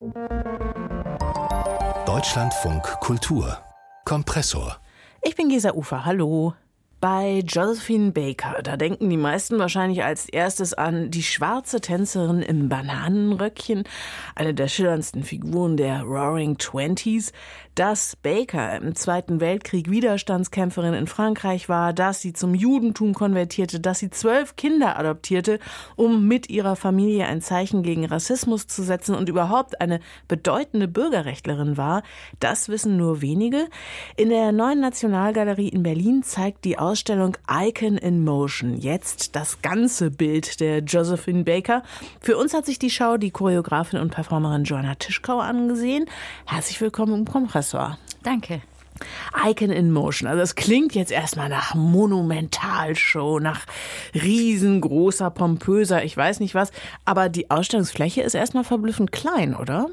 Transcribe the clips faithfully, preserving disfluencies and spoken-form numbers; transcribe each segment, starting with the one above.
Deutschlandfunk Kultur Kompressor. Ich bin Gesa Ufer, hallo. Bei Josephine Baker, da denken die meisten wahrscheinlich als erstes an die schwarze Tänzerin im Bananenröckchen, eine der schillerndsten Figuren der Roaring Twenties. Dass Baker im Zweiten Weltkrieg Widerstandskämpferin in Frankreich war, dass sie zum Judentum konvertierte, dass sie zwölf Kinder adoptierte, um mit ihrer Familie ein Zeichen gegen Rassismus zu setzen und überhaupt eine bedeutende Bürgerrechtlerin war, das wissen nur wenige. In der Neuen Nationalgalerie in Berlin zeigt die Ausstellung Icon in Motion jetzt das ganze Bild der Josephine Baker. Für uns hat sich die Schau die Choreografin und Performerin Joanna Tischkau angesehen. Herzlich willkommen im Kompressor. Danke. Icon in Motion. Also es klingt jetzt erstmal nach Monumentalshow, nach riesengroßer, pompöser, ich weiß nicht was. Aber die Ausstellungsfläche ist erstmal verblüffend klein, oder?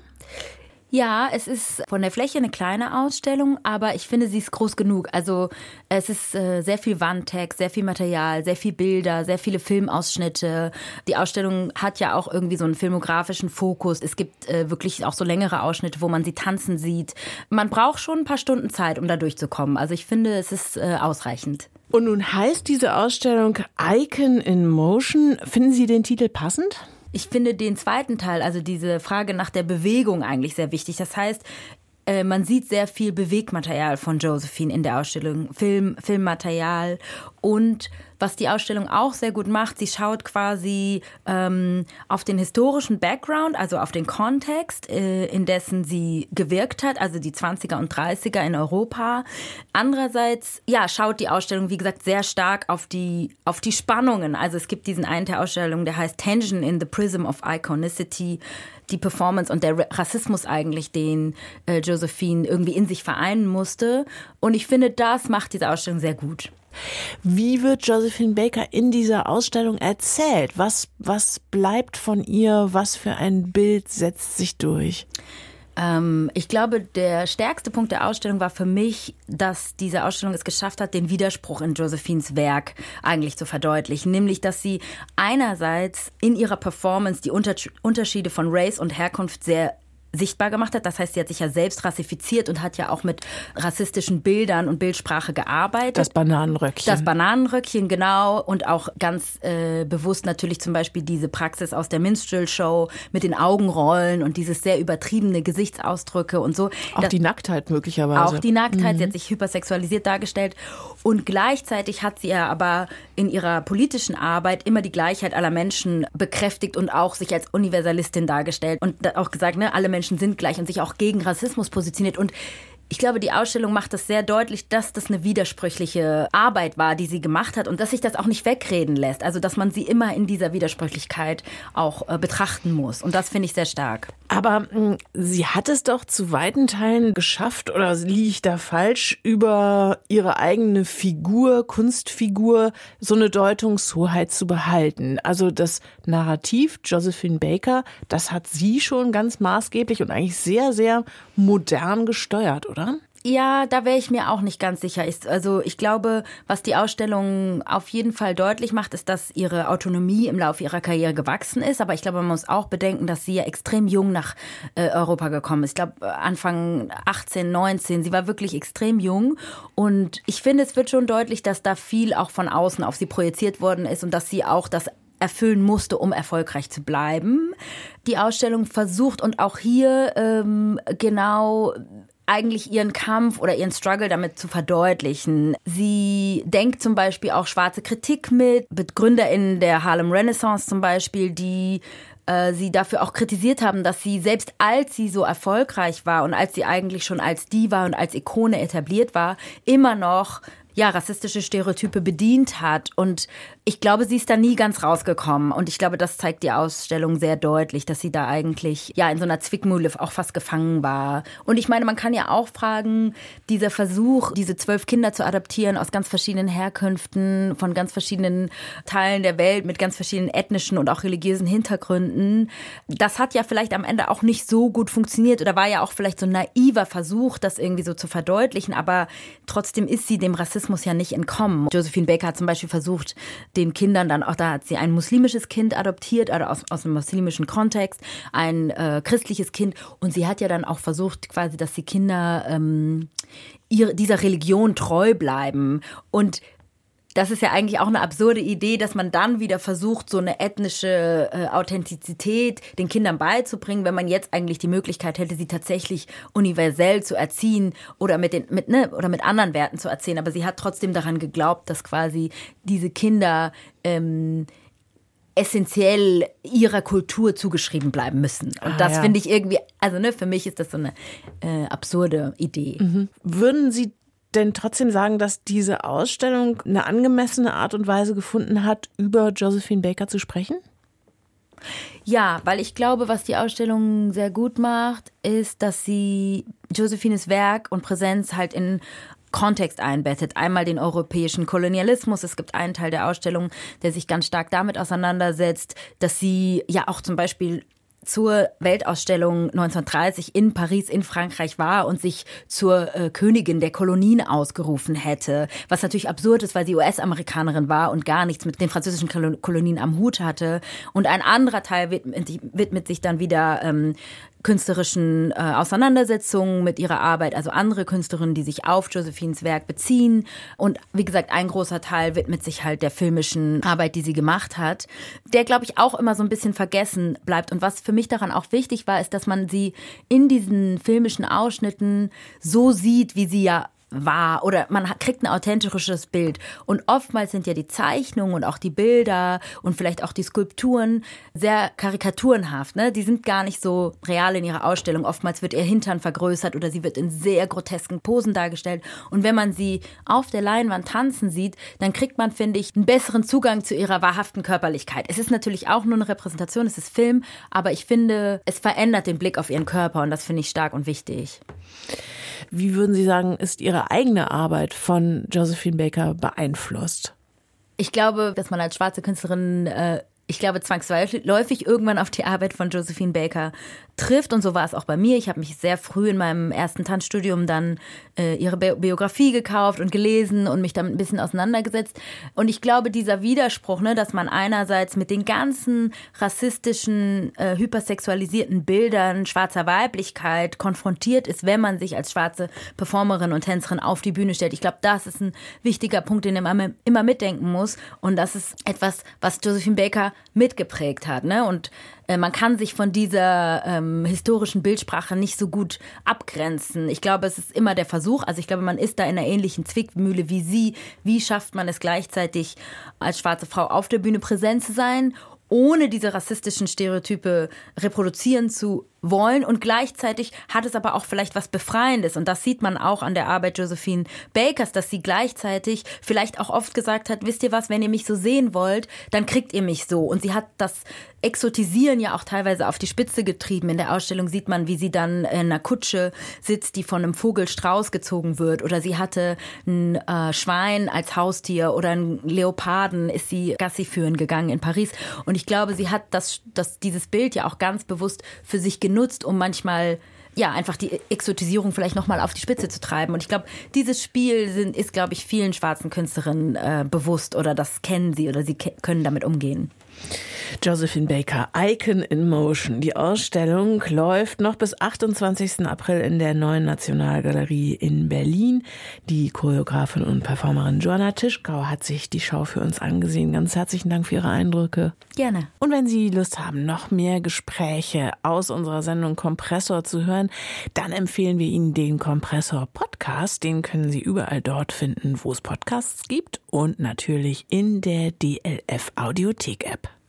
Ja, es ist von der Fläche eine kleine Ausstellung, aber ich finde, sie ist groß genug. Also es ist äh, sehr viel Wandtext, sehr viel Material, sehr viel Bilder, sehr viele Filmausschnitte. Die Ausstellung hat ja auch irgendwie so einen filmografischen Fokus. Es gibt äh, wirklich auch so längere Ausschnitte, wo man sie tanzen sieht. Man braucht schon ein paar Stunden Zeit, um da durchzukommen. Also ich finde, es ist äh, ausreichend. Und nun heißt diese Ausstellung Icon in Motion. Finden Sie den Titel passend? Ich finde den zweiten Teil, also diese Frage nach der Bewegung eigentlich sehr wichtig. Das heißt, man sieht sehr viel Bewegmaterial von Josephine in der Ausstellung, Film, Filmmaterial. Und was die Ausstellung auch sehr gut macht, sie schaut quasi ähm, auf den historischen Background, also auf den Kontext, äh, in dessen sie gewirkt hat, also die zwanziger und dreißiger in Europa. Andererseits, ja, schaut die Ausstellung, wie gesagt, sehr stark auf die, auf die Spannungen. Also es gibt diesen einen der Ausstellung, der heißt Tension in the Prism of Iconicity, die Performance und der Rassismus eigentlich, den äh, Josephine irgendwie in sich vereinen musste. Und ich finde, das macht diese Ausstellung sehr gut. Wie wird Josephine Baker in dieser Ausstellung erzählt? Was, was bleibt von ihr? Was für ein Bild setzt sich durch? Ähm, ich glaube, der stärkste Punkt der Ausstellung war für mich, dass diese Ausstellung es geschafft hat, den Widerspruch in Josephines Werk eigentlich zu verdeutlichen. Nämlich, dass sie einerseits in ihrer Performance die Unter- Unterschiede von Race und Herkunft sehr sichtbar gemacht hat. Das heißt, sie hat sich ja selbst rassifiziert und hat ja auch mit rassistischen Bildern und Bildsprache gearbeitet. Das Bananenröckchen. Das Bananenröckchen, genau. Und auch ganz äh, bewusst natürlich zum Beispiel diese Praxis aus der Minstrel-Show mit den Augenrollen und dieses sehr übertriebene Gesichtsausdrücke und so. Auch das, die Nacktheit möglicherweise. Auch die Nacktheit. Mhm. Sie hat sich hypersexualisiert dargestellt. Und gleichzeitig hat sie ja aber in ihrer politischen Arbeit immer die Gleichheit aller Menschen bekräftigt und auch sich als Universalistin dargestellt. Und auch gesagt, ne, alle Menschen Menschen sind gleich und sich auch gegen Rassismus positioniert. Und ich glaube, die Ausstellung macht das sehr deutlich, dass das eine widersprüchliche Arbeit war, die sie gemacht hat und dass sich das auch nicht wegreden lässt. Also, dass man sie immer in dieser Widersprüchlichkeit auch äh, betrachten muss. Und das finde ich sehr stark. Aber mh, sie hat es doch zu weiten Teilen geschafft, oder liege ich da falsch, über ihre eigene Figur, Kunstfigur, so eine Deutungshoheit zu behalten. Also das Narrativ Josephine Baker, das hat sie schon ganz maßgeblich und eigentlich sehr, sehr modern gesteuert, oder? Ja, da wäre ich mir auch nicht ganz sicher. Also ich glaube, was die Ausstellung auf jeden Fall deutlich macht, ist, dass ihre Autonomie im Laufe ihrer Karriere gewachsen ist. Aber ich glaube, man muss auch bedenken, dass sie ja extrem jung nach äh, Europa gekommen ist. Ich glaube, Anfang achtzehn, neunzehn. Sie war wirklich extrem jung. Und ich finde, es wird schon deutlich, dass da viel auch von außen auf sie projiziert worden ist und dass sie auch das erfüllen musste, um erfolgreich zu bleiben. Die Ausstellung versucht und auch hier ähm, genau eigentlich ihren Kampf oder ihren Struggle damit zu verdeutlichen. Sie denkt zum Beispiel auch schwarze Kritik mit, mit GründerInnen der Harlem Renaissance zum Beispiel, die äh, sie dafür auch kritisiert haben, dass sie, selbst als sie so erfolgreich war und als sie eigentlich schon als Diva und als Ikone etabliert war, immer noch ja, rassistische Stereotype bedient hat. Und ich glaube, sie ist da nie ganz rausgekommen. Und ich glaube, das zeigt die Ausstellung sehr deutlich, dass sie da eigentlich ja in so einer Zwickmühle auch fast gefangen war. Und ich meine, man kann ja auch fragen, dieser Versuch, diese zwölf Kinder zu adoptieren aus ganz verschiedenen Herkünften, von ganz verschiedenen Teilen der Welt, mit ganz verschiedenen ethnischen und auch religiösen Hintergründen, das hat ja vielleicht am Ende auch nicht so gut funktioniert oder war ja auch vielleicht so ein naiver Versuch, das irgendwie so zu verdeutlichen. Aber trotzdem ist sie dem Rassismus Kolonialismus ja nicht entkommen. Josephine Baker hat zum Beispiel versucht, den Kindern dann auch, da hat sie ein muslimisches Kind adoptiert, also aus, aus einem muslimischen Kontext, ein äh, christliches Kind. Und sie hat ja dann auch versucht, quasi, dass die Kinder ähm, ihre, dieser Religion treu bleiben. Und das ist ja eigentlich auch eine absurde Idee, dass man dann wieder versucht, so eine ethnische äh, Authentizität den Kindern beizubringen, wenn man jetzt eigentlich die Möglichkeit hätte, sie tatsächlich universell zu erziehen oder mit den mit ne oder mit anderen Werten zu erziehen. Aber sie hat trotzdem daran geglaubt, dass quasi diese Kinder ähm, essentiell ihrer Kultur zugeschrieben bleiben müssen. Und ah, das ja. finde ich irgendwie, also ne, für mich ist das so eine äh, absurde Idee. Mhm. Würden Sie denn trotzdem sagen, dass diese Ausstellung eine angemessene Art und Weise gefunden hat, über Josephine Baker zu sprechen? Ja, weil ich glaube, was die Ausstellung sehr gut macht, ist, dass sie Josephines Werk und Präsenz halt in Kontext einbettet. Einmal den europäischen Kolonialismus. Es gibt einen Teil der Ausstellung, der sich ganz stark damit auseinandersetzt, dass sie ja auch zum Beispiel zur Weltausstellung neunzehnhundertdreißig in Paris in Frankreich war und sich zur äh, Königin der Kolonien ausgerufen hätte. Was natürlich absurd ist, weil sie U S-Amerikanerin war und gar nichts mit den französischen Kolonien am Hut hatte. Und ein anderer Teil widmet, widmet sich dann wieder ähm, künstlerischen äh, Auseinandersetzungen mit ihrer Arbeit, also andere Künstlerinnen, die sich auf Josephines Werk beziehen. Und wie gesagt, ein großer Teil widmet sich halt der filmischen Arbeit, die sie gemacht hat, der, glaube ich, auch immer so ein bisschen vergessen bleibt. Und was für mich daran auch wichtig war, ist, dass man sie in diesen filmischen Ausschnitten so sieht, wie sie ja war, oder man kriegt ein authentisches Bild. Und oftmals sind ja die Zeichnungen und auch die Bilder und vielleicht auch die Skulpturen sehr karikaturenhaft. Ne? Die sind gar nicht so real in ihrer Ausstellung. Oftmals wird ihr Hintern vergrößert oder sie wird in sehr grotesken Posen dargestellt. Und wenn man sie auf der Leinwand tanzen sieht, dann kriegt man, finde ich, einen besseren Zugang zu ihrer wahrhaften Körperlichkeit. Es ist natürlich auch nur eine Repräsentation, es ist Film, aber ich finde, es verändert den Blick auf ihren Körper und das finde ich stark und wichtig. Wie würden Sie sagen, ist Ihre eigene Arbeit von Josephine Baker beeinflusst? Ich glaube, dass man als schwarze Künstlerin, äh, ich glaube, zwangsläufig irgendwann auf die Arbeit von Josephine Baker trifft. Und so war es auch bei mir. Ich habe mich sehr früh in meinem ersten Tanzstudium dann äh, ihre Bi- Biografie gekauft und gelesen und mich damit ein bisschen auseinandergesetzt. Und ich glaube, dieser Widerspruch, ne, dass man einerseits mit den ganzen rassistischen, äh, hypersexualisierten Bildern schwarzer Weiblichkeit konfrontiert ist, wenn man sich als schwarze Performerin und Tänzerin auf die Bühne stellt. Ich glaube, das ist ein wichtiger Punkt, den man immer mitdenken muss. Und das ist etwas, was Josephine Baker mitgeprägt hat, ne? Und äh, man kann sich von dieser ähm, historischen Bildsprache nicht so gut abgrenzen. Ich glaube, es ist immer der Versuch, also ich glaube, man ist da in einer ähnlichen Zwickmühle wie sie. Wie schafft man es gleichzeitig, als schwarze Frau auf der Bühne präsent zu sein, ohne diese rassistischen Stereotype reproduzieren zu wollen, und gleichzeitig hat es aber auch vielleicht was Befreiendes, und das sieht man auch an der Arbeit Josephine Bakers, dass sie gleichzeitig vielleicht auch oft gesagt hat, wisst ihr was, wenn ihr mich so sehen wollt, dann kriegt ihr mich so, und sie hat das Exotisieren ja auch teilweise auf die Spitze getrieben. In der Ausstellung sieht man, wie sie dann in einer Kutsche sitzt, die von einem Vogelstrauß gezogen wird, oder sie hatte ein äh, Schwein als Haustier oder einen Leoparden, ist sie Gassi führen gegangen in Paris, und ich glaube, sie hat das, das, dieses Bild ja auch ganz bewusst für sich genutzt, um manchmal ja einfach die Exotisierung vielleicht nochmal auf die Spitze zu treiben. Und ich glaube, dieses Spiel sind, ist, glaube ich, vielen schwarzen Künstlerinnen äh, bewusst, oder das kennen sie, oder sie ke- können damit umgehen. Josephine Baker, Icon in Motion. Die Ausstellung läuft noch bis achtundzwanzigsten April in der Neuen Nationalgalerie in Berlin. Die Choreografin und Performerin Joanna Tischkau hat sich die Schau für uns angesehen. Ganz herzlichen Dank für Ihre Eindrücke. Gerne. Und wenn Sie Lust haben, noch mehr Gespräche aus unserer Sendung Kompressor zu hören, dann empfehlen wir Ihnen den Kompressor Podcast. Den können Sie überall dort finden, wo es Podcasts gibt, und natürlich in der D L F Audiothek App.